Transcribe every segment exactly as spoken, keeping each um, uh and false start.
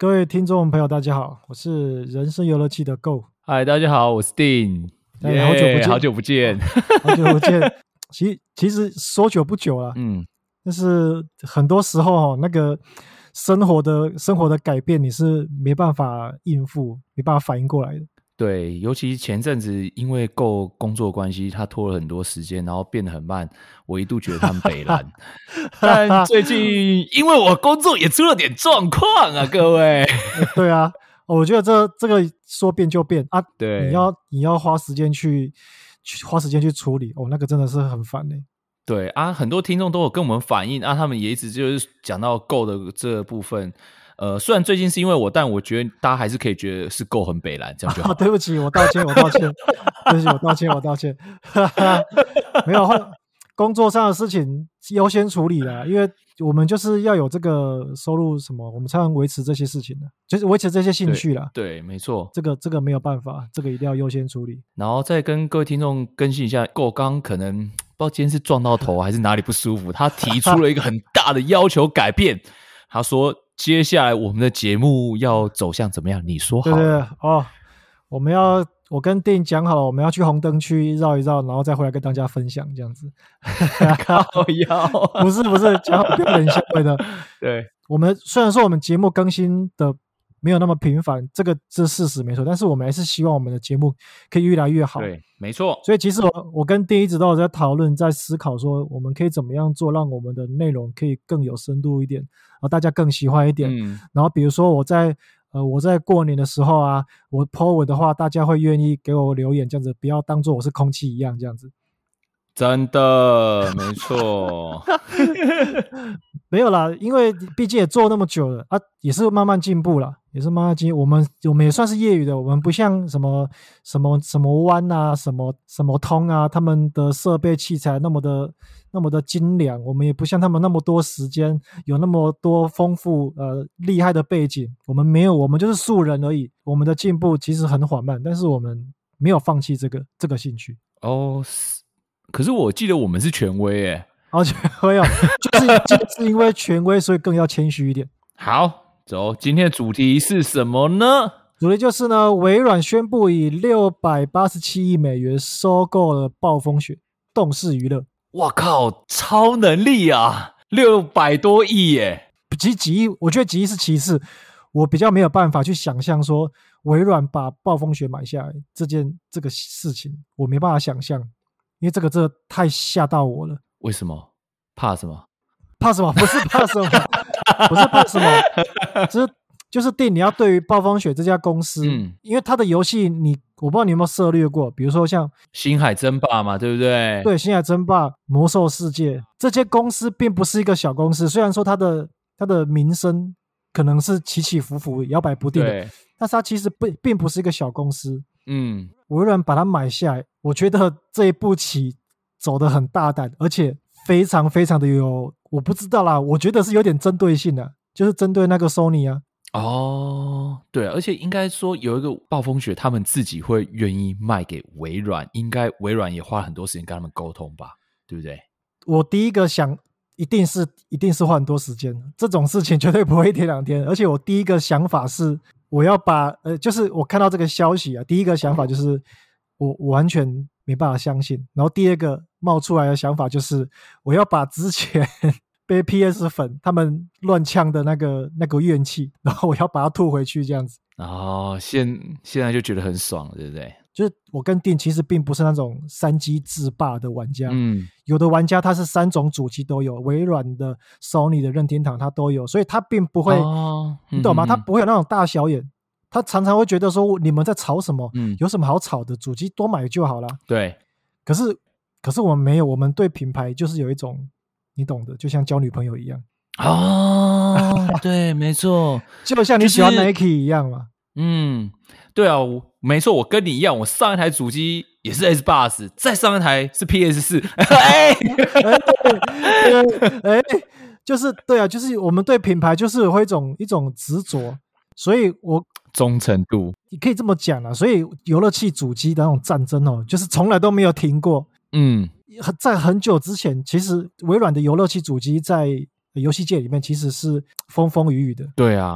各位听众朋友大家好，我是人生游乐器的 Go。 嗨，大家好，我是 Dean。 yeah, 好久不见好久不见、哦、 好久不见其, 其实说久不久啦，嗯，但是很多时候、哦、那个生活的生活的改变你是没办法应付，没办法反应过来的。 对，尤其前阵子因为Go工作关系他拖了很多时间，然后变得很慢，我一度觉得他们北蓝但最近因为我工作也出了点状况啊各位对啊，我觉得这这个说变就变啊， 对， 你要你要花时间去去花时间去处理哦，那个真的是很烦欸。 对啊，很多听众都有跟我们反映啊，他们也一直就是讲到Go的这个部分。呃，虽然最近是因为我，但我觉得大家还是可以觉得是Go很北蓝，这样就好、啊。 对不起，我道歉，我道歉，对不起，我道歉，我道歉。没有，工作上的事情优先处理啦，因为我们就是要有这个收入什么，我们才能维持这些事情的，就是维持这些兴趣啦。 对，对没错， 这个这个没有办法，这个一定要优先处理。 然后再跟各位听众更新一下，Go刚可能不知道今天是撞到头还是哪里不舒服，他提出了一个很大的要求改变，他说接下来我们的节目要走向怎么样？你说好了。 对对对哦，我们要我跟Dean讲好了，我们要去红灯区绕一绕，然后再回来跟大家分享这样子。 靠腰不是不是，讲好不要冷笑话的。 对， 我们虽然说我们节目更新的没有那么频繁，这个是事实没错，但是我们还是希望我们的节目可以越来越好。 对，没错。 所以其实我我跟Dean一直都有在讨论，在思考说我们可以怎么样做，让我们的内容可以更有深度一点，然后大家更喜欢一点。嗯、然后比如说我在呃我在过年的时候啊，我 po 文的话，大家会愿意给我留言，这样子不要当做我是空气一样这样子。 真的没错没有啦，因为毕竟也做那么久了啊，也是慢慢进步啦，也是慢慢进步。我们我们也算是业余的，我们不像什么什么什么湾啊，什么什么通啊，他们的设备器材那么的那么的精良，我们也不像他们那么多时间，有那么多丰富呃厉害的背景，我们没有，我们就是素人而已。我们的进步其实很缓慢，但是我们没有放弃这个这个兴趣。 哦，可是我记得我们是权威耶。 哦，权威哦，就是就是因为权威，所以更要谦虚一点。 好，走，今天的主题是什么呢？ 主题就是呢，微软宣布以六百八十七亿美元收购了暴风雪动视娱乐。 哇靠，超能力啊，六百多亿耶！ 几几亿，我觉得几亿是其次，我比较没有办法去想象说微软把暴风雪买下来这件这个事情，我没办法想象，因为这个真的太吓到我了。 为什么？怕什么？ 怕什么？不是怕什么，不是怕什么，就是就是Dean，你要对于暴风雪这家公司，嗯，因为它的游戏你我不知道你有没有涉猎过，比如说像星海争霸嘛，对不对？ 对，星海争霸、魔兽世界这些公司并不是一个小公司，虽然说它的它的名声可能是起起伏伏、摇摆不定的，但是它其实并并不是一个小公司。嗯，微软把它买下来，我觉得这一步棋走得很大胆，而且非常非常的有，我不知道啦，我觉得是有点针对性的，就是针对那个 Sony 啊。 哦，对，而且应该说有一个暴风雪，他们自己会愿意卖给微软，应该微软也花了很多时间跟他们沟通吧，对不对？ 我第一个想，一定是一定是花很多时间，这种事情绝对不会一天两天。而且我第一个想法是，我要把呃，就是我看到这个消息啊，第一个想法就是我我完全没办法相信。然后第二个冒出来的想法就是，我要把之前被 P S 粉他们乱呛的那个那个怨气，然后我要把它吐回去，这样子。 哦，现现在就觉得很爽，对不对？ 就是我跟Dean其实并不是那种三机制霸的玩家，嗯，有的玩家他是三种主机都有，微软的、Sony 的、任天堂他都有，所以他并不会，哦、你懂吗？嗯、他不会有那种大小眼，他常常会觉得说你们在吵什么？嗯，有什么好吵的？主机多买就好了。 对， 可是可是我们没有，我们对品牌就是有一种你懂的，就像交女朋友一样。 哦，对，没错， 就像你喜欢 Nike 一样嘛。 嗯，对啊，没错，我跟你一样，我上一台主机也是 S 八十，再上一台是 P S 四，哎， 哎，就是对啊，就是我们对品牌就是有一种一种执着，所以我忠诚度， 你可以这么讲啊。所以游乐器主机的那种战争哦，就是从来都没有停过。嗯，在很久之前，其实微软的游乐器主机在游戏界里面其实是风风雨雨的。 对啊。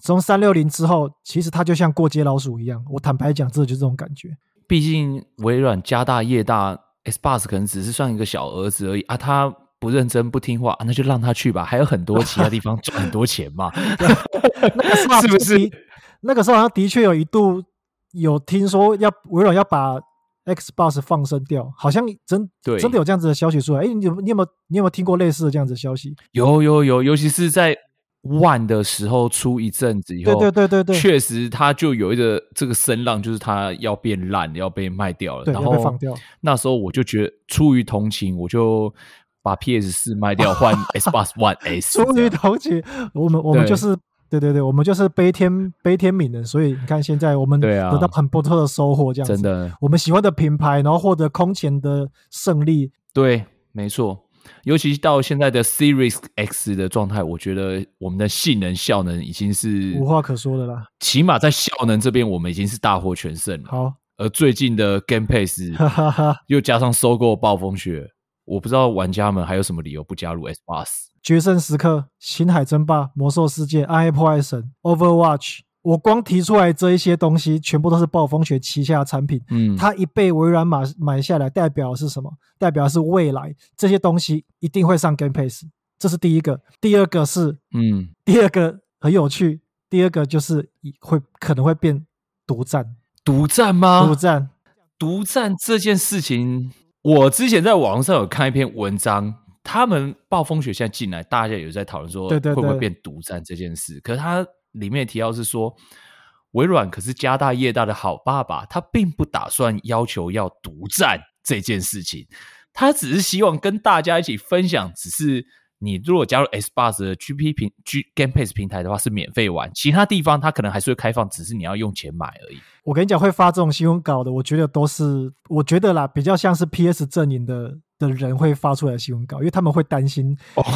从三六零之后，其实它就像过街老鼠一样。我坦白讲，这就是这种感觉。 毕竟微软家大业大 ，Xbox 可能只是算一个小儿子而已啊，他不认真不听话、啊、那就让他去吧，还有很多其他地方赚很多钱嘛。 那个时候是不是？那个时候好像的确有一度有听说要微软要把 Xbox 放生掉，好像真真的有这样子的消息出来。哎，你有你有没有你有没有听过类似的这样子的消息？ 有有有，尤其是在One 的时候出一阵子以后， 对对对对对， 确实它就有一个这个声浪，就是它要变烂，要被卖掉了， 对， 然后要被放掉。 那时候我就觉得，出于同情，我就把 P S 四 卖掉，换 Xbox One S。 出于同情，我们我们就是对对对，我们就是悲天悲天悯人，所以你看现在我们得到很不错的收获，这样子， 真的， 我们喜欢的品牌，然后获得空前的胜利。 对，没错。尤其到现在的 Series X 的状态，我觉得我们的性能效能已经是无话可说的啦。 起码在效能这边，我们已经是大获全胜了。 好， 而最近的 Game Pass 又加上收购暴风雪，我不知道玩家们还有什么理由不加入 Xbox。 决胜时刻、星海争霸、魔兽世界、暗黑破坏神、Overwatch。我光提出来这一些东西，全部都是暴风雪旗下的产品。嗯，它一被微软买买下来，代表的是什么？代表的是未来这些东西一定会上 Game Pass， 这是第一个。第二个是，嗯，第二个很有趣。第二个就是会可能会变独占， 独占吗？ 独占， 独占这件事情，我之前在网上有看一篇文章，他们暴风雪现在进来，大家有在讨论说会不会变独占这件事。对对对，可是他里面提到是说，微软可是家大业大的好爸爸，他并不打算要求要独占这件事情，他只是希望跟大家一起分享。只是你如果加入 Xbox 的 G P 平 G Game Pass 平台的话是免费玩，其他地方他可能还是会开放，只是你要用钱买而已。 我跟你讲，会发这种新闻稿的，我觉得都是我觉得啦，比较像是 P S 阵营的的人会发出来的新闻稿，因为他们会担心。哦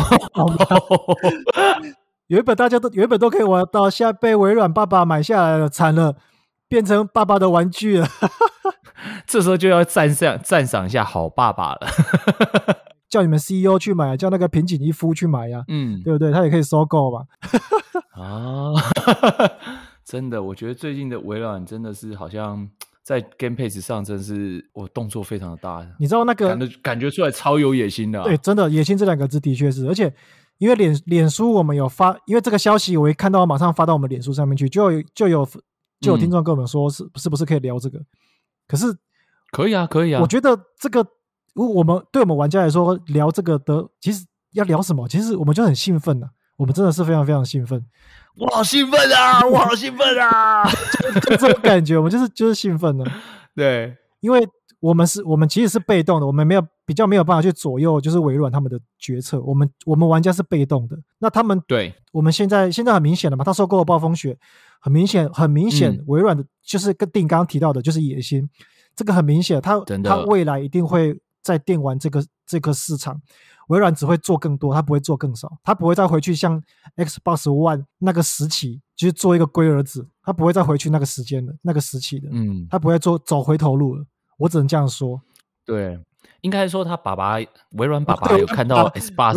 原本大家都原本都可以玩到，现在被微软爸爸买下来了，惨了，变成爸爸的玩具了。 这时候就要赞赏赞赏一下好爸爸了。 叫你们 C E O 去买，叫那个平井一夫去买呀、啊，嗯，对不对？他也可以收购嘛。 啊，真的，我觉得最近的微软真的是好像在 Game Pass 上真的是我动作非常的大。 你知道那个感觉感觉出来超有野心的、啊。 对，真的野心这两个字的确是，而且。因为脸脸书我们有发，因为这个消息我一看到马上发到我们脸书上面去，就有就有就有听众跟我们说是、嗯、是不是可以聊这个？可是可以啊，可以啊。 我觉得这个我们对我们玩家来说聊这个的，其实要聊什么？其实我们就很兴奋啊，我们真的是非常非常兴奋。 我好兴奋啊！我好兴奋啊！ 就, 就这种感觉，我们就是就是兴奋的。 对， 因为我们是我们其实是被动的，我们没有比较没有办法去左右，就是微软他们的决策。我们我们玩家是被动的，那他们对我们现在现在很明显了嘛，他收购了暴风雪，很明显很明显，嗯、微软的就是跟定刚刚提到的，就是野心，这个很明显，他他未来一定会在电玩这个这个市场，微软只会做更多，他不会做更少，他不会再回去像 Xbox One 那个时期，就是做一个龟儿子，他不会再回去那个时间的那个时期的，嗯，他不会做走回头路了。我只能这样说， 对，应该说他爸爸微软爸爸有看到 Xbox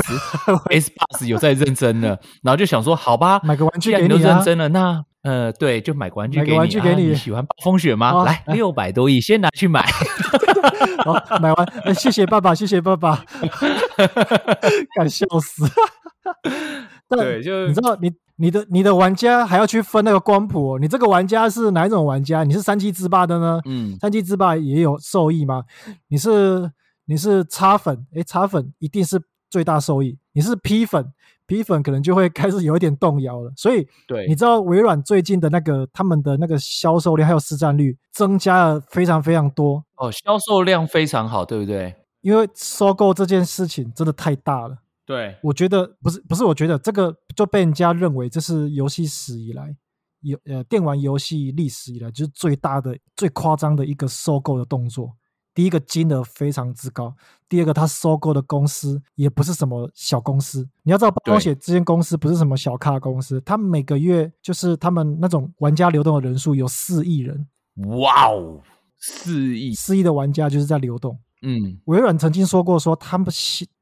Xbox 有在认真了，然后就想说，好吧， 买个玩具给你、啊， 既然你都认真了，那呃，对，就买个玩具给你， 买个玩具给你， 啊、你喜欢暴风雪吗？哦、来，六百多亿，先拿去买。 好，买完、欸，谢谢爸爸，谢谢爸爸，敢笑死。 对，就你知道你。你的你的玩家还要去分那个光谱、哦，你这个玩家是哪一种玩家？你是三七之霸的呢？嗯，三七之霸也有受益吗？你是你是叉粉，诶，叉粉一定是最大受益。你是 P 粉 ，P 粉可能就会开始有一点动摇了。所以， 对， 你知道微软最近的那个他们的那个销售量还有市占率增加了非常非常多哦，销售量非常好，对不对？ 因为收购这件事情真的太大了。 对， 我觉得不是不是，我觉得这个就被人家认为这是游戏史以来有呃电玩游戏历史以来就是最大的最夸张的一个收购的动作。第一个金额非常之高，第二个他收购的公司也不是什么小公司。你要知道暴风雪这间公司不是什么小咖公司，他们每个月就是他们那种玩家流动的人数有四亿人。 哇哦，四亿四亿的玩家就是在流动。嗯，微软曾经说过说他们他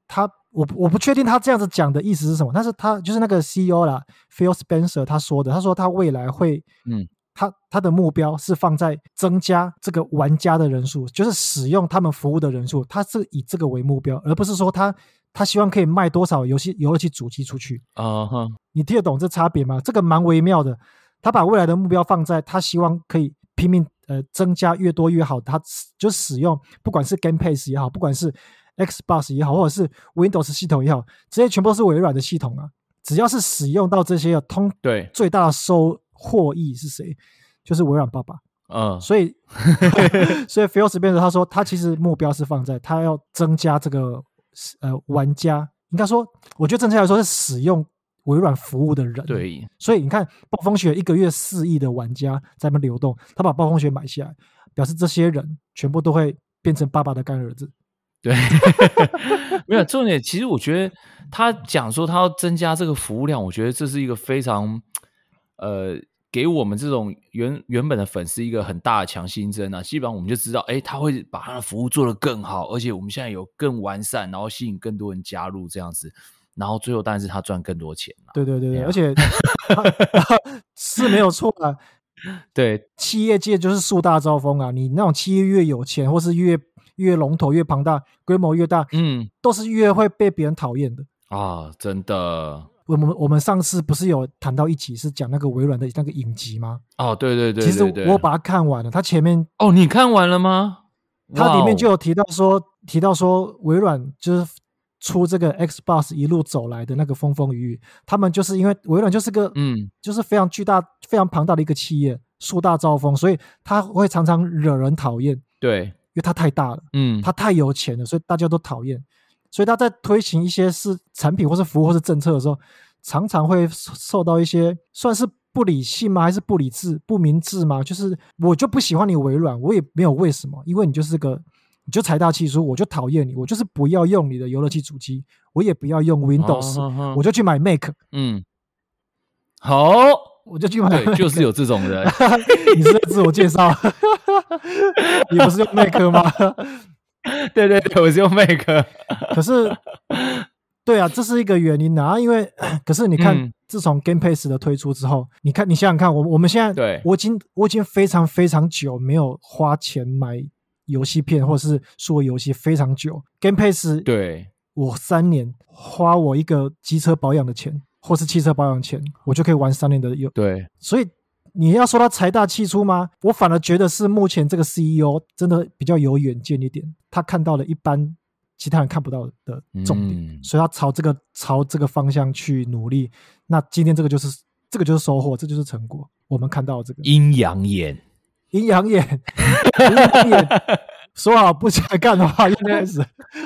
我我不确定他这样子讲的意思是什么，但是他就是那个 C E O 啦 Phil Spencer 他说的，他说他未来会嗯。他他的目标是放在增加这个玩家的人数，就是使用他们服务的人数，他是以这个为目标，而不是说他他希望可以卖多少游戏游乐器主机出去啊、uh-huh. 你听得懂这差别吗？这个蛮微妙的。他把未来的目标放在他希望可以拼命呃增加越多越好，他就使用不管是 Game Pass 也好，不管是 Xbox 也好，或者是 Windows 系统也好，这些全部都是微软的系统啊。只要是使用到这些通对最大的收获益是谁？就是微软爸爸。嗯，所以所以 Phil Spencer 他说他其实目标是放在他要增加这个呃玩家，应该说我觉得正确来说是使用微软服务的人。对，所以你看暴风雪一个月四亿的玩家在那边流动，他把暴风雪买下来，表示这些人全部都会变成爸爸的干儿子。 对，没有重点。其实我觉得他讲说他要增加这个服务量，我觉得这是一个非常呃给我们这种原原本的粉丝一个很大的强心针啊。基本上我们就知道，哎，他会把他的服务做得更好，而且我们现在有更完善，然后吸引更多人加入这样子，然后最后当然是他赚更多钱啊。 对对对对，而且是没有错啊。对，企业界就是树大招风啊，你那种企业越有钱，或是越越龙头越庞大，规模越大，嗯，都是越会被别人讨厌的啊！真的， 我们我们上次不是有谈到一集是讲那个微软的那个影集吗？ 哦，对对 对, 对, 对， 其实我把它看完了，它前面哦，你看完了吗？ 它里面就有提到说，提到说微软就是出这个 Xbox 一路走来的那个风风雨雨，他们就是因为微软就是个嗯，就是非常巨大、非常庞大的一个企业，树大招风，所以它会常常惹人讨厌。 对。 因为他太大了，嗯，他太有钱了，所以大家都讨厌。所以他在推行一些是产品或是服务或是政策的时候，常常会受到一些算是不理性吗？还是不理智、不明智吗？就是我就不喜欢你微软，我也没有为什么，因为你就是个你就财大气粗，我就讨厌你，我就是不要用你的游乐器主机，我也不要用 Windows，、哦、我就去买 Mac。嗯， 好。 我就去买， 对，就是有这种人。 你是在自我介绍？你不是用 Mac 吗？ 对对对，我是用 Mac。 可是，对啊，这是一个原因啊。因为，可是你看，嗯、自从 Game Pass 的推出之后，你看，你想想看，我我们现在，对，我已经我已经非常非常久没有花钱买游戏片或是数位游戏，非常久。Game Pass， 对，我三年花我一个机车保养的钱。或是汽车保养钱，我就可以玩三年的游。对，所以你要说他财大气粗吗？我反而觉得是目前这个 C E O 真的比较有远见一点，他看到了一般其他人看不到的重点，嗯、所以他朝这个朝这个方向去努力。那今天这个就是这个就是收获，这就是成果。我们看到这个阴阳眼， 阴阳眼，阴阳眼。说好不想干的话，一开始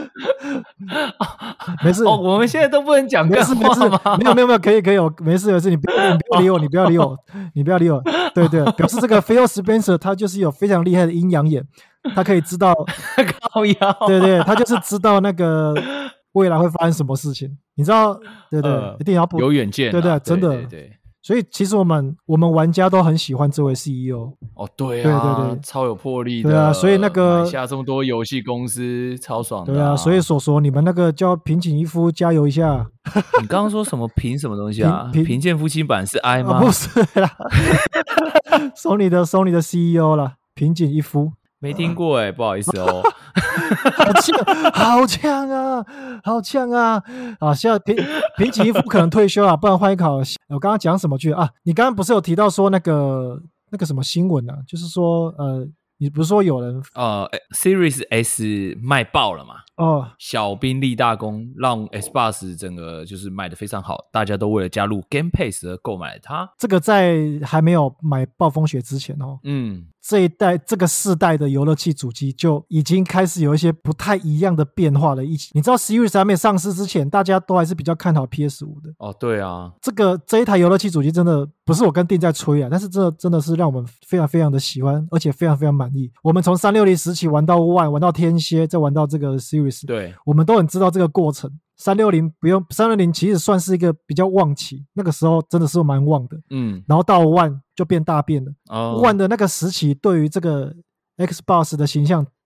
没事。 哦，我们现在都不能讲干话吗？ 没有没有没有，可以可以，没事没事，你不要你不要理我，你不要理我，你不要理我。对对，表示这个 Phil Spencer 他就是有非常厉害的阴阳眼，他可以知道靠腰。 对对，他就是知道那个未来会发生什么事情，你知道？对对，呃、一定要不有远见、啊。 对对，真的。 对对对， 所以其实我们我们玩家都很喜欢这位 C E O 哦，对啊，对对对，超有魄力的， 对啊，所以那个买下这么多游戏公司，超爽的、啊， 对啊，所以所说你们那个叫平井一夫加油一下。 你刚刚说什么平什么东西啊？平健夫妻版是 I 吗？ 哦、不是啦，Sony 的 Sony 的 C E O 啦，平井一夫。 没听过哎、欸，不好意思哦。 好呛，好呛啊，好呛啊！啊，现在平平井一夫可能退休了，不然换一个好。我刚刚讲什么去啊？你刚刚不是有提到说那个那个什么新闻啊？就是说呃，你不是说有人呃 Series S 卖爆了嘛？哦，小兵立大功，让 Xbox 整个就是卖得非常好，大家都为了加入 Game Pass 而购买了它。 这个在还没有买暴风雪之前哦，嗯。这一代这个世代的游乐器主机就已经开始有一些不太一样的变化了。一起，你知道 Series 还没上市之前，大家都还是比较看好 P S 五 的。 哦，对啊， 这个这一台游乐器主机真的不是我跟丁在吹啊，但是这真的是让我们非常非常的喜欢，而且非常非常满意。我们从三六零时期玩到 One， 玩到天蝎，再玩到这个 Series， 对，我们都很知道这个过程。三六零不用，三六零其实算是一个比较旺期，那个时候真的是蛮旺的，嗯，然后到 One 就变大变了。哦、One 的那个时期对于这个 Xbox 的形象真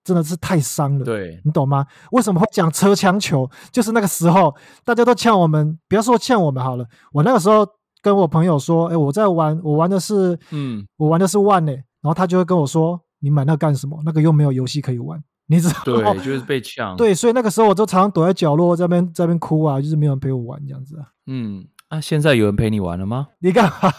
真的是太伤了， 对， 你懂吗？为什么会讲车枪球？就是那个时候大家都呛我们，不要说呛我们好了，我那个时候跟我朋友说，哎，我在玩，我玩的是，嗯，我玩的是 One 呢、欸，然后他就会跟我说，你买那个干什么？那个又没有游戏可以玩。你知道对，就是被呛。 对，所以那个时候我就常常躲在角落在那边在那边哭啊，就是没有人陪我玩这样子啊。 嗯，啊，现在有人陪你玩了吗？ 你干嘛？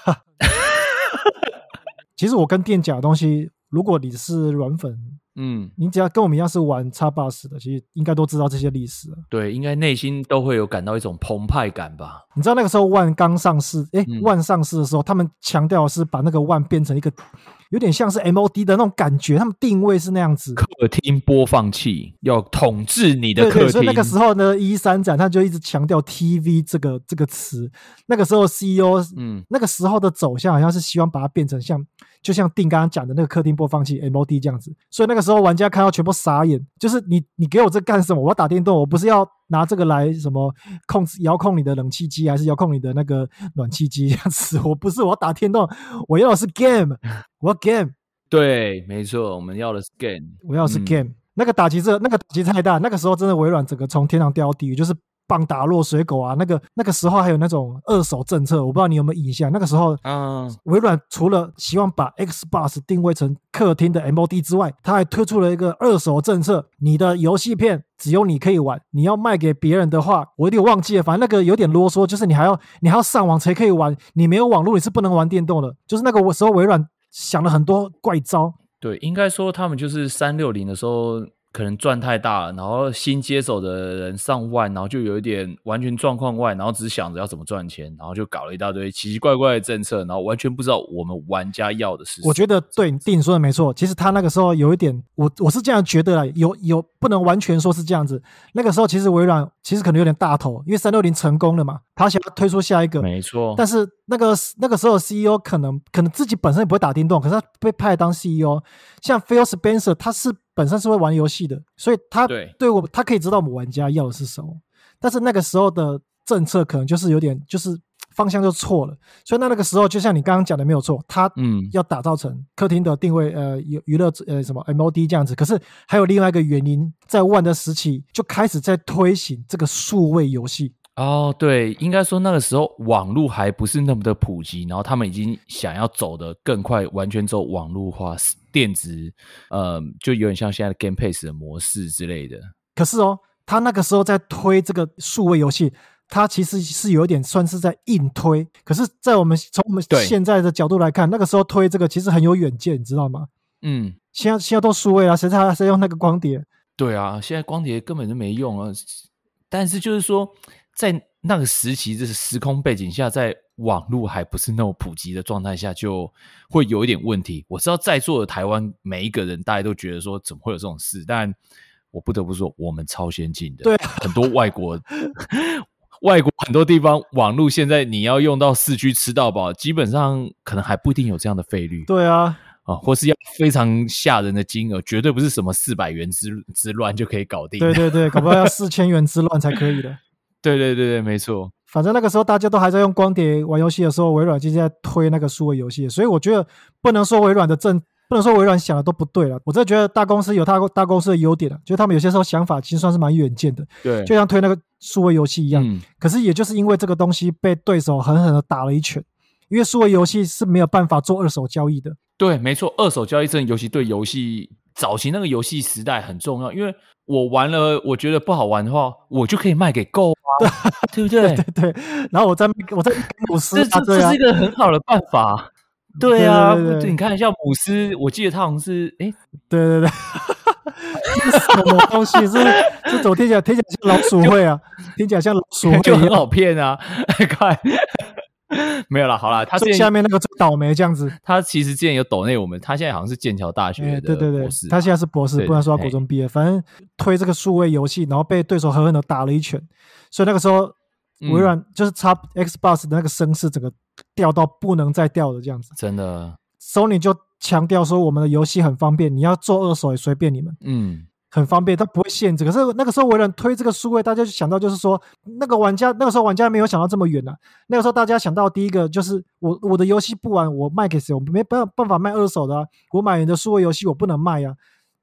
其实我跟店家的东西，如果你是软粉，嗯，你只要跟我们一样是玩 Xbox 的，其实应该都知道这些历史了。 对，应该内心都会有感到一种澎湃感吧。 你知道那个时候 One 刚上市，诶、嗯、One 上市的时候，他们强调的是把那个 One 变成一个有点像是 M O D 的那种感觉，他们定位是那样子。 客厅播放器要统治你的客厅。 对对，所以那个时候呢 ，E 三 展他就一直强调 T V 这个这个词。那个时候 C E O， 嗯，那个时候的走向好像是希望把它变成像，就像丁刚刚讲的那个客厅播放器 M O D 这样子。所以那个时候玩家看到全部傻眼，就是你你给我这干什么？我要打电动，我不是要拿这个来什么控制遥控你的冷气机，还是遥控你的那个暖气机这样子？我不是，我要打电动，我要的是 game， 我要 game。 对，没错，我们要的是 game， 我要的是 game、嗯。那个打击这那个打击太大，那个时候真的微软整个从天堂掉到地狱，就是棒打落水狗啊。那个那个时候还有那种二手政策，我不知道你有没有印象。那个时候，嗯，微软除了希望把 Xbox 定位成客厅的 M O D 之外，他还推出了一个二手政策，你的游戏片只有你可以玩，你要卖给别人的话，我有点忘记了，反正那个有点啰嗦，就是你还要你还要上网才可以玩，你没有网络你是不能玩电动的。就是那个时候微软想了很多怪招。 对，应该说他们就是三六零的时候可能赚太大了，然后新接手的人上万，然后就有一点完全状况外，然后只想着要怎么赚钱，然后就搞了一大堆奇奇怪怪的政策，然后完全不知道我们玩家要的是什么。 我觉得对，定说的没错。其实他那个时候有一点，我我是这样觉得啦，有有不能完全说是这样子。那个时候其实微软其实可能有点大头，因为三六零成功了嘛，他想要推出下一个， 没错。 但是那个那个时候 C E O 可能可能自己本身也不会打电动，可是他被派当 C E O， 像 Phil Spencer 他是本身是会玩游戏的，所以他 对, 对我他可以知道我们玩家要的是什么。但是那个时候的政策可能就是有点就是方向就错了，所以那那个时候就像你刚刚讲的没有错，他要打造成客厅的定位呃娱乐呃什么 M O D 这样子。可是还有另外一个原因，在One的时期就开始在推行这个数位游戏。 哦，对，应该说那个时候网络还不是那么的普及，然后他们已经想要走得更快，完全走网络化、电子，呃，就有点像现在的 Game Pass 的模式之类的。 可是哦，他那个时候在推这个数位游戏，他其实是有点算是在硬推。可是，在我们从我们现在的角度来看，那个时候推这个其实很有远见，你知道吗？嗯，现在现在都数位啊，谁还谁用那个光碟？ 对啊，现在光碟根本就没用啊。但是就是说，在那个时期，这是时空背景下，在网络还不是那么普及的状态下，就会有一点问题。我知道在座的台湾每一个人，大家都觉得说怎么会有这种事，但我不得不说，我们超先进的。 对， 很多外国外国很多地方网络现在你要用到四 G 吃到饱，基本上可能还不一定有这样的费率。 对啊。 啊，或是要非常吓人的金额，绝对不是什么四百元之之乱就可以搞定。 对对对，搞不好要四千元之乱才可以的。 对对对对，没错。 反正那个时候大家都还在用光碟玩游戏的时候，微软就在推那个数位游戏，所以我觉得不能说微软的政，不能说微软想的都不对了。我真的觉得大公司有大大公司的优点啊，就是他们有些时候想法其实算是蛮远见的。 对， 就像推那个数位游戏一样。嗯。可是也就是因为这个东西被对手狠狠的打了一拳，因为数位游戏是没有办法做二手交易的。 对，没错，二手交易真的尤其对游戏早期那个游戏时代很重要，因为我玩了，我觉得不好玩的话，我就可以卖给购啊，对不对？ 对对对，然后我再我再姆斯， 这这这是一个很好的办法。对啊，对对对对，你看像姆斯，我记得他好像是，哎， 对对对，这是什么东西？是这怎么听起来听起来像老鼠会啊？听起来像老鼠会， 就很好骗啊！看。没有啦，好啦，他最下面那个最倒霉这样子。 他其实之前有抖内我们，他现在好像是剑桥大学的博士、欸、对对对， 他现在是博士，不能说他国中毕业。反正推这个数位游戏，然后被对手狠狠的打了一拳，所以那个时候微软就是 Xbox 的那个声势整个掉到不能再掉的这样子。 真的 ，Sony 就强调说我们的游戏很方便，你要做二手也随便你们。嗯。很方便，它不会限制。可是那个时候微软推这个数位，大家就想到就是说，那个玩家那个时候玩家没有想到这么远啊。那个时候大家想到第一个就是我我的游戏不玩，我卖给谁？我没办法卖二手的啊。我买你的数位游戏我不能卖啊。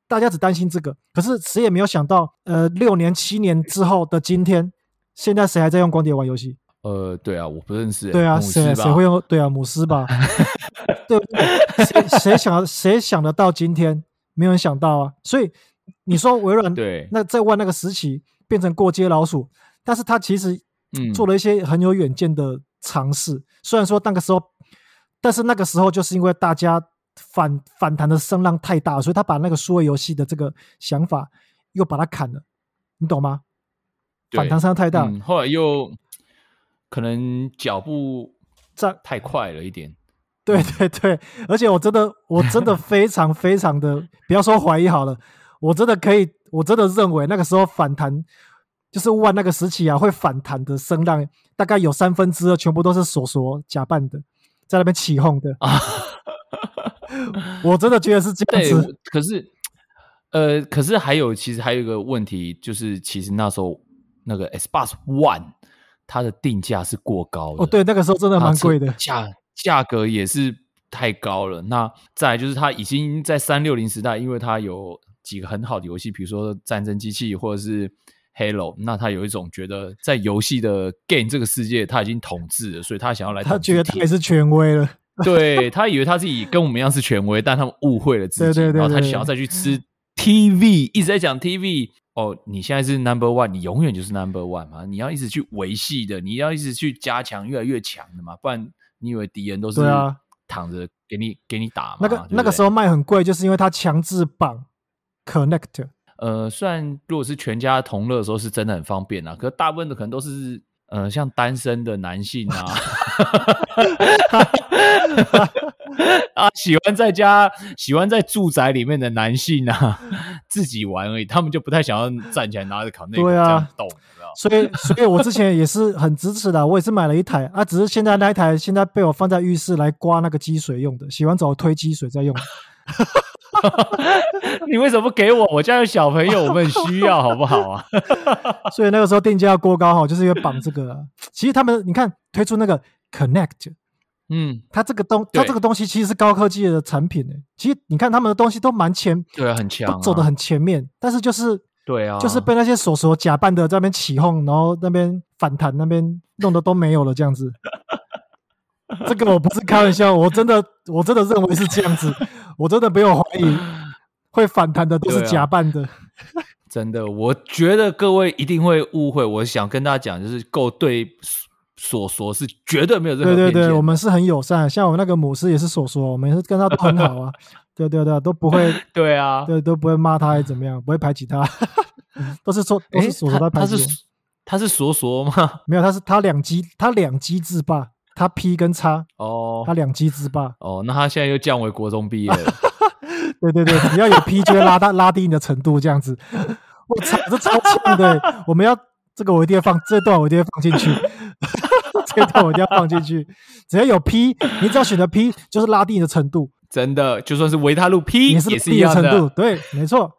大家只担心这个，可是谁也没有想到，呃，六年七年之后的今天，现在谁还在用光碟玩游戏？ 呃，对啊，我不认识、欸。 对啊，谁谁会用？对啊，姆斯吧。对，谁谁想谁想得到今天？没有人想到啊。所以你说微软对那在玩那个时期变成过街老鼠，但是他其实做了一些很有远见的尝试。嗯、虽然说那个时候，但是那个时候就是因为大家反反弹的声浪太大，所以他把那个数位游戏的这个想法又把它砍了，你懂吗？反弹声浪太大、 嗯，后来又。可能脚步太快了一点， 对对对，而且我真的我真的非常非常的，不要说怀疑好了，我真的可以，我真的认为那个时候反弹，就是万那个时期啊，会反弹的声浪，大概有三分之二全部都是索索假扮的，在那边起哄的啊，我真的觉得是这样子。 可是，呃，可是还有，其实还有一个问题，就是其实那时候那个 Xbox One。它的定价是过高的哦，对，那个时候真的蛮贵的， 价价格也是太高了。那再来就是它已经在三六零时代，因为它有几个很好的游戏，比如说战争机器或者是 Halo， 那他有一种觉得在游戏的 game 这个世界他已经统治了，所以他想要来统治。 他觉得他也是权威了， 对，他以为他自己跟我们一样是权威，但他们误会了自己， 对对对对对， 然后他想要再去吃 T V， 一直在讲 T V。哦，你现在是 number one， 你永远就是 number one 嘛？你要一直去维系的，你要一直去加强，越来越强的嘛，不然你以为敌人都是躺着给你、啊、给你打嘛？ 那个那个时候卖很贵，就是因为它强制绑 connect。 呃，虽然如果是全家同乐的时候是真的很方便啦，可是大部分的可能都是呃像单身的男性啊。啊，喜欢在家、喜欢在住宅里面的男性啊，自己玩而已，他们就不太想要站起来拿着卡内这样动， 所以，所以我之前也是很支持的，我也是买了一台啊，只是现在那一台现在被我放在浴室来刮那个积水用的，洗完澡推积水在用。 你为什么不给我？我家有小朋友，我们很需要，好不好啊？ 所以那个时候定价过高哈，就是因为绑这个、啊。其实他们你看推出那个 Connect。嗯，它这个东，它这个东西其实是高科技的产品诶。其实你看他们的东西都蛮前， 对啊，很强、啊， 都走得很前面。但是就是对啊， 就是被那些手手假扮的在那边起哄，然后那边反弹，那边弄的都没有了这样子。这个我不是开玩笑，我真的我真的认为是这样子，我真的没有怀疑会反弹的都是假扮的。 真的，我觉得各位一定会误会。我想跟大家讲，就是够对。所说是绝对没有任何偏见， 对对对，我们是很友善，像我那个母狮也是所说，我们是跟他都很好啊，对对对，都不会， 对啊， 对都不会骂他还是怎么样，不会排挤他，都是说都是所说他排挤， 他是他是所说吗？ 没有，他是他两击，他两击制霸，他 P 跟叉哦，他两击制霸哦，那他现在又降为国中毕业了， 对对对，你要有 P 就会拉大拉低你的程度这样子，我操，这超强的，我们要这个我一定要放这段，我一定要放进去。这段我一定要放进去，只要有 P， 你只要选择 P， 就是拉低你的程度。 真的，就算是维他露 P 也是是一样的程度。对，没错。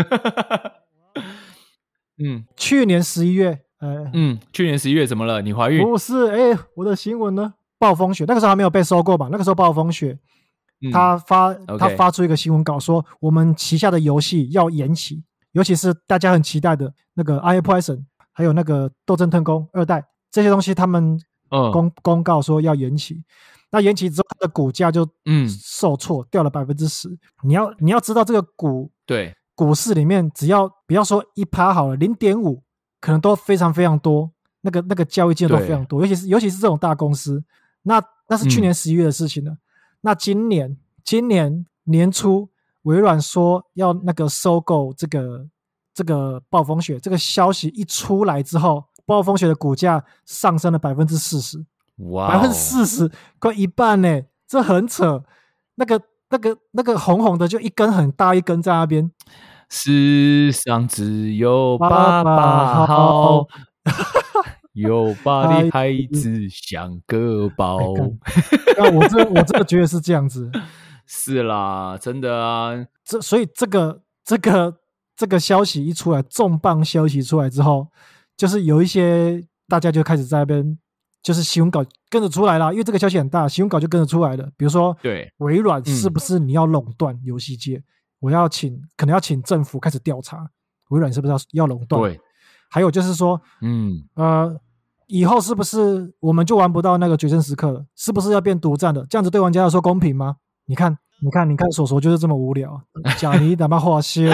嗯， 去年十一月，呃， 嗯，去年十一月怎么了？你怀孕？ 不是，哎、欸，我的新闻呢？暴风雪那个时候还没有被收购嘛？那个时候暴风雪，嗯、他发、okay. 他发出一个新闻稿说，我们旗下的游戏要延期，尤其是大家很期待的那个《I Am Poison》，还有那个《斗阵特工》二代。这些东西他们公、嗯、公告说要延期，那延期之后它的股价就受挫、嗯、掉了百分之十。你要你要知道这个股对股市里面，只要不要说一趴好了，零点五可能都非常非常多，那个那个交易金额都非常多，尤其是尤其是这种大公司。那那是去年十一月的事情了。嗯、那今年今年年初，微软说要那个收购这个这个暴风雪，这个消息一出来之后。暴风雪的股价上升了百分之四十，哇，百分之四十，快一半呢，这很扯。那个、那个、那个红红的，就一根很大一根在那边。 世上只有爸爸好，有爸的孩子像个宝。 那我这我真的觉得是这样子。 是啦，真的啊。 这所以这个这个这个消息一出来，重磅消息出来之后。就是有一些大家就开始在那边，就是新闻稿跟着出来了，因为这个消息很大，新闻稿就跟着出来了。比如说， 对微软是不是你要垄断游戏界？ 我要请可能要请政府开始调查微软是不是要要垄断。 对， 还有就是说， 嗯， 呃，以后是不是我们就玩不到那个决胜时刻了？是不是要变独占的？这样子对玩家来说公平吗？你看，你看，你看，索索就是这么无聊，假你他妈话些，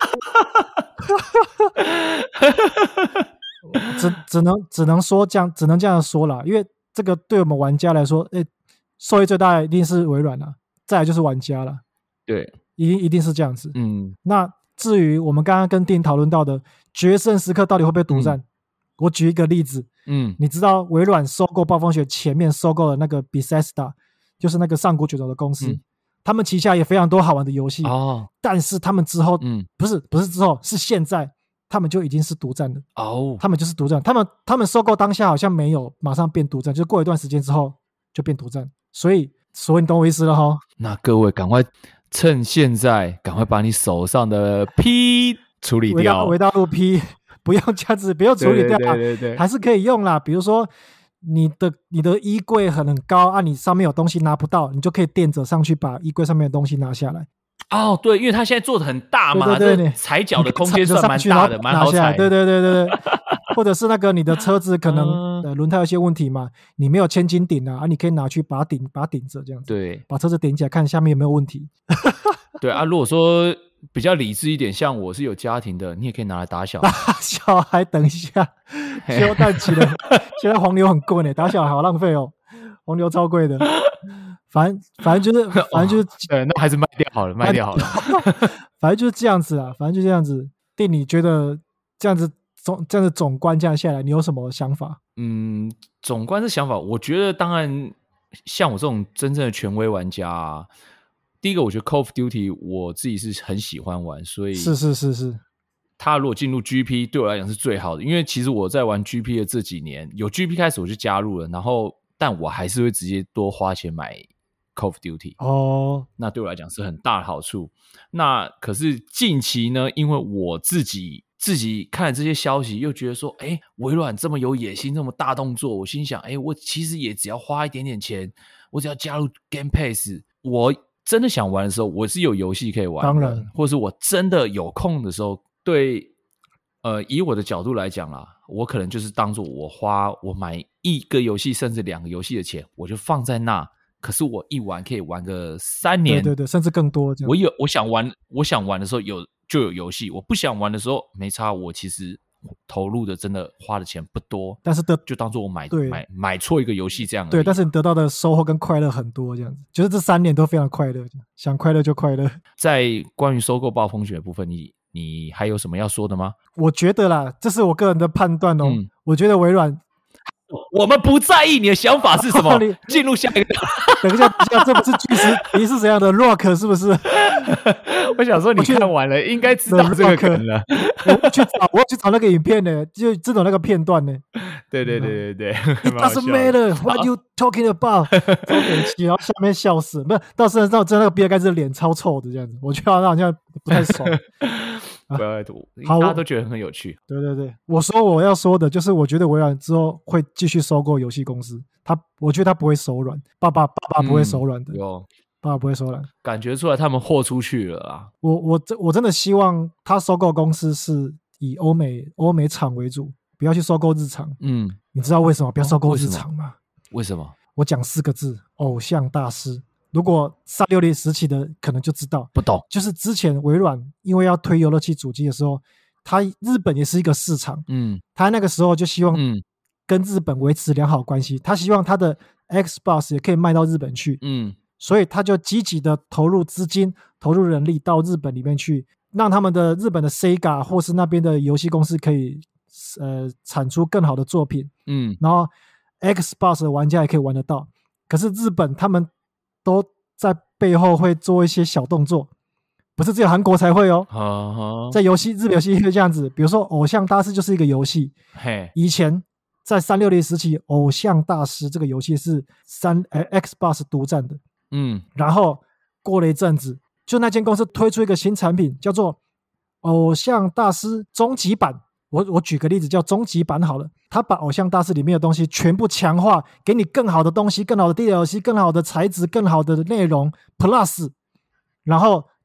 只只能只能说这样，只能这样说啦，因为这个对我们玩家来说，诶，受益最大的一定是微软啦，再来就是玩家啦， 对， 一定一定是这样子。 嗯， 那至于我们刚刚跟丁讨论到的决胜时刻到底会不会独占，嗯、我举一个例子， 嗯， 你知道微软收购暴风雪前面收购了那个 Bethesda， 就是那个上古卷轴的公司，嗯、他们旗下也非常多好玩的游戏，哦，但是他们之后，嗯，不是不是之后，是现在他们就已经是独占了，哦，他们就是独占，他们他们收购当下好像没有马上变独占，就是过一段时间之后就变独占，所以所以你懂我意思了哈。 那各位赶快。趁现在赶快把你手上的 P 处理掉， 微大陆 P 不用这样子，不用处理掉，对对对对，还是可以用啦。比如说你的你的衣柜很高啊，你上面有东西拿不到，你就可以垫着上去把衣柜上面的东西拿下来。 哦，对，因为它现在做的很大嘛，对对对，踩脚的空间算蛮大的，蛮好踩。 对对对对对，或者是那个你的车子可能呃轮胎有些问题嘛，你没有千斤顶啊，啊，你可以拿去把它顶把它顶着这样子， 对， 把车子顶起来看下面有没有问题。 对啊，如果说比较理智一点，像我是有家庭的，你也可以拿来打小孩。 打小孩，等一下，休淡季了，现在黄牛很贵呢，打小孩好浪费哦，黄牛超贵的。反正反正就是，反正就是，哦、 对，那还是卖掉好了，卖掉好了。 反正就是这样子啊，反正就这样子。弟，你觉得这样子总这样子总观这样下来，你有什么想法？ 嗯，总观的想法，我觉得当然，像我这种真正的权威玩家啊，第一个，我觉得 Call of Duty 我自己是很喜欢玩，所以是是是是， 他如果进入 G P 对我来讲是最好的，因为其实我在玩 G P 的这几年，有 G P 开始我就加入了，然后但我还是会直接多花钱买 Call of Duty 哦，那对我来讲是很大的好处。那可是近期呢，因为我自己自己看了这些消息，又觉得说，哎，微软这么有野心，这么大动作，我心想，哎，我其实也只要花一点点钱，我只要加入 Game Pass， 我真的想玩的时候，我是有游戏可以玩的，当然，或者是我真的有空的时候，对，呃，以我的角度来讲啦，我可能就是当做我花我买一个游戏甚至两个游戏的钱，我就放在那。可是我一玩可以玩个三年， 对对对，甚至更多这样。 我有我想玩，我想玩的时候有就有游戏，我不想玩的时候没差。我其实投入的真的花的钱不多， 但是得就当做我买买买错一个游戏这样而已。 对，但是你得到的收获跟快乐很多，这样子，就是这三年都非常快乐，想快乐就快乐。 在关于收购暴风雪的部分，你你还有什么要说的吗？ 我觉得啦，这是我个人的判断哦。嗯、我觉得微软。 我们不在意你的想法是什么，进入下一个。 等一下，等一下，这不是巨石你是怎样的 Rock 是不是？ 我想说你看完了，应该知道这个梗了。 我去找，我去找那个影片呢，就这种那个片段呢。 对对对对对 ，It doesn't matter what you talking about。超神奇，然后下面笑死，不是，到时候到真的那个比尔盖茨的脸超臭的这样子，我觉得好像不太爽。 不要读，大家都觉得很有趣。 对对对，我说我要说的就是，我觉得微软之后会继续收购游戏公司，他我觉得他不会手软，爸爸爸爸不会手软的， 嗯、有爸爸不会手软， 感觉出来他们豁出去了啦。 我我我真的希望他收购公司是以欧美欧美厂为主，不要去收购日厂。嗯，你知道为什么不要收购日厂吗？ 为什么？ 我讲四个字：偶像大师。如果三六零时期的可能就知道， 不懂， 就是之前微软因为要推游乐器主机的时候，它日本也是一个市场，嗯，他那个时候就希望跟日本维持良好关系，他希望他的 Xbox 也可以卖到日本去，嗯，所以他就积极的投入资金、投入人力到日本里面去，让他们的日本的 Sega 或是那边的游戏公司可以呃产出更好的作品，嗯，然后 Xbox 的玩家也可以玩得到。可是日本他们都在背后会做一些小动作，不是只有韩国才会哦。Uh-huh. 在游戏日本游戏会这样子，比如说《偶像大师》就是一个游戏。Hey. 以前在三六零时期，《偶像大师》这个游戏是三呃 Xbox 独占的。嗯，然后过了一阵子，就那间公司推出一个新产品，叫做《偶像大师终极版》。我我举个例子，叫终极版好了。他把偶像大师里面的东西全部强化，给你更好的东西，更好的 D L C， 更好的材质，更好的内容 Plus， 然后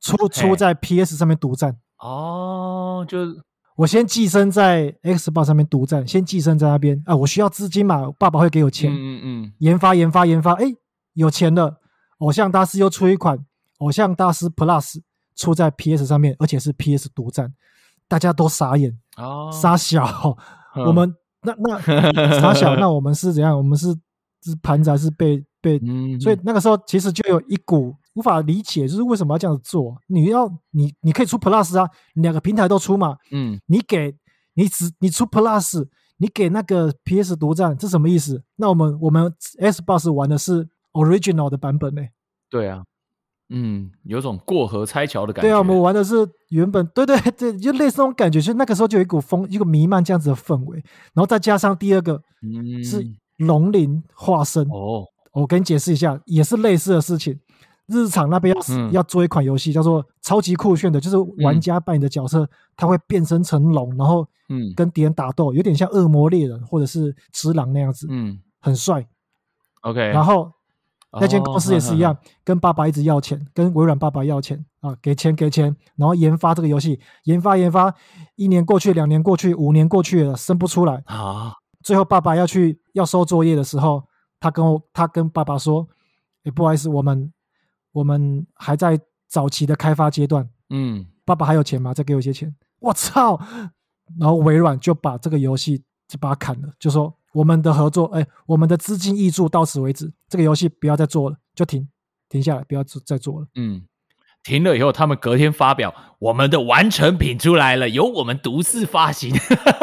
出出在 P S 上面独占。 哦，就我先寄生在 Xbox 上面独占，先寄生在那边啊，我需要资金嘛，爸爸会给我钱， 嗯嗯嗯， 研发研发研发，哎，有钱了，偶像大师又出一款偶像大师 Plus 出在 P S 上面，而且是 P S 独占，大家都傻眼， 哦， 傻小，我们那那傻小，那我们是怎样？我们是是盘子还是被被？ 嗯， 所以那个时候其实就有一股无法理解，就是为什么要这样子做？你要你你可以出 Plus 啊，你两个平台都出嘛。 嗯， 你给你只你出 Plus， 你给那个 P S 独占，这什么意思？那我们我们 Xbox 玩的是 Original 的版本呢、欸？ 对啊，嗯，有种过河拆桥的感觉。 对啊，我们玩的是原本，对对对，就类似那种感觉，就那个时候就有一股风，一个弥漫这样子的氛围，然后再加上第二个、嗯、是龙鳞化身哦。 我跟你解释一下，也是类似的事情。日常那边要、嗯、要做一款游戏，叫做超级酷炫的，就是玩家扮演的角色，他、嗯、会变身成龙，然后跟敌人打斗，有点像恶魔猎人或者是只狼那样子，嗯，很帅。 OK， 然后那间公司也是一样，哦、跟爸爸一直要钱，跟微软爸爸要钱啊，给钱给钱，然后研发这个游戏，研发研发，一年过去，两年过去，五年过去了，生不出来啊。最后爸爸要去要收作业的时候。他跟我，他跟爸爸说：“欸、不好意思，我们我们还在早期的开发阶段，嗯，爸爸还有钱吗？再给我一些钱。”我操！然后微软就把这个游戏就把它砍了，就说我们的合作，哎、欸，我们的资金挹注到此为止，这个游戏不要再做了，就停停下来，不要再做了。 嗯，停了以后，他们隔天发表我们的完成品出来了，由我们独自发行。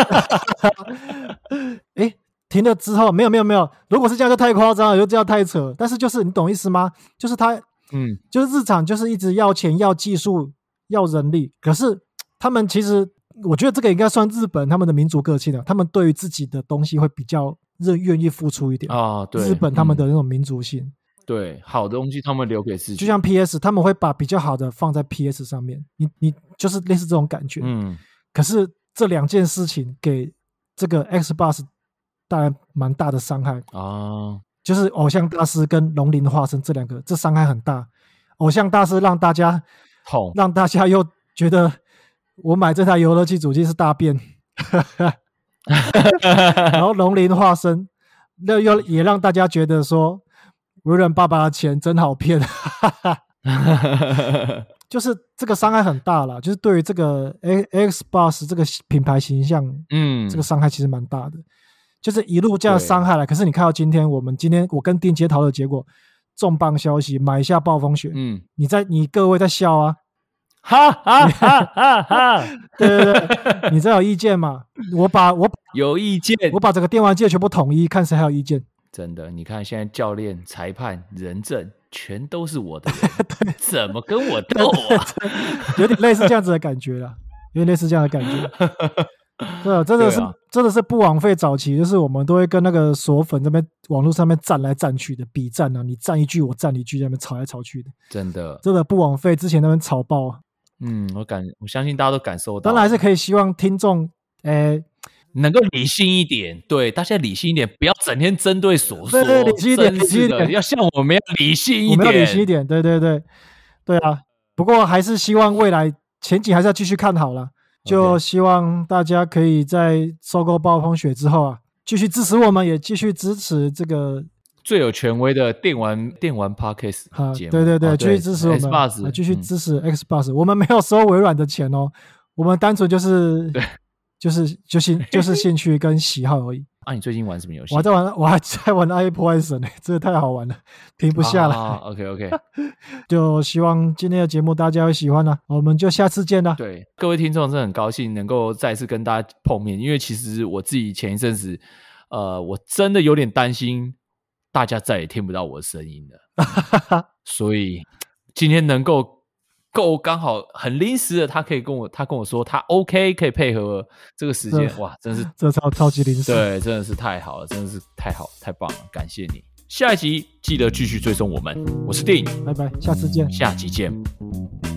哎、欸。停了之后，没有没有没有，如果是这样就太夸张了，就这样太扯。但是就是你懂意思吗？就是他，嗯，就是日常就是一直要钱、要技术、要人力。可是他们其实，我觉得这个应该算日本他们的民族个性了。他们对于自己的东西会比较愿意付出一点啊。对， 日本他们的那种民族性。嗯、 对，好的东西他们留给自己。 就像 P S， 他们会把比较好的放在 P S 上面。你你就是类似这种感觉。嗯。可是这两件事情给这个 Xbox。当然蛮大的伤害啊，就是偶像大师跟龙鳞化身这两个，这伤害很大。偶像大师让大家痛， 让大家又觉得我买这台游乐器主机是大便，然后龙鳞化身，那又也让大家觉得说微软爸爸的钱真好骗，就是这个伤害很大啦，就是对于这个 Xbox 这个品牌形象，嗯，这个伤害其实蛮大的。就是一路这样伤害了，可是你看到今天，我们今天我跟丁杰讨的结果，重磅消息，买下暴风雪。嗯，你在你各位在笑啊， 哈哈哈哈哈！ 对对对，你这有意见嘛？我把我有意见， 我把整个电玩界全部统一，看谁还有意见。 真的，你看现在教练、裁判、人证全都是我的人，怎么跟我斗啊？ 有点类似这样子的感觉啦，有点类似这样的感觉。对啊，真的是、啊、真的是不枉费早期，就是我们都会跟那个锁粉这边网络上面战来战去的比战啊，你战一句我战一句，在那边吵来吵去的， 真的真的不枉费之前那边吵爆啊。 嗯，我感我相信大家都感受到， 当然还是可以希望听众诶能够理性一点，对大家理性一点，不要整天针对锁说， 对对，理性一点，理性一点， 要像我们要理性一点， 我们要理性一点，对对对对啊。不过还是希望未来前景还是要继续看好啦。就希望大家可以在收购暴风雪之后啊，继续支持我们，也继续支持这个最有权威的电玩电玩 Podcast 节目。 对对对，继续支持我们，啊、继续支持 Xbox、嗯。我们没有收微软的钱哦，我们单纯就是就是就是就是兴趣跟喜好而已。 啊，你最近玩什么游戏？ 我还在玩，我还在玩《爱破坏神》呢，真的太好玩了，停不下来。 啊、OK OK， 就希望今天的节目大家会喜欢啦，我们就下次见啦。 对，各位听众真的很高兴能够再次跟大家碰面，因为其实我自己前一阵子，呃，我真的有点担心大家再也听不到我的声音了，所以今天能够。够刚好很临时的，他可以跟我，他跟我说他 OK 可以配合这个时间，哇，真是这超超级临时， 对，真的是太好了，真的是太好太棒了，感谢你。下一集记得继续追踪我们，我是电影， 拜拜，下次见， 下集见。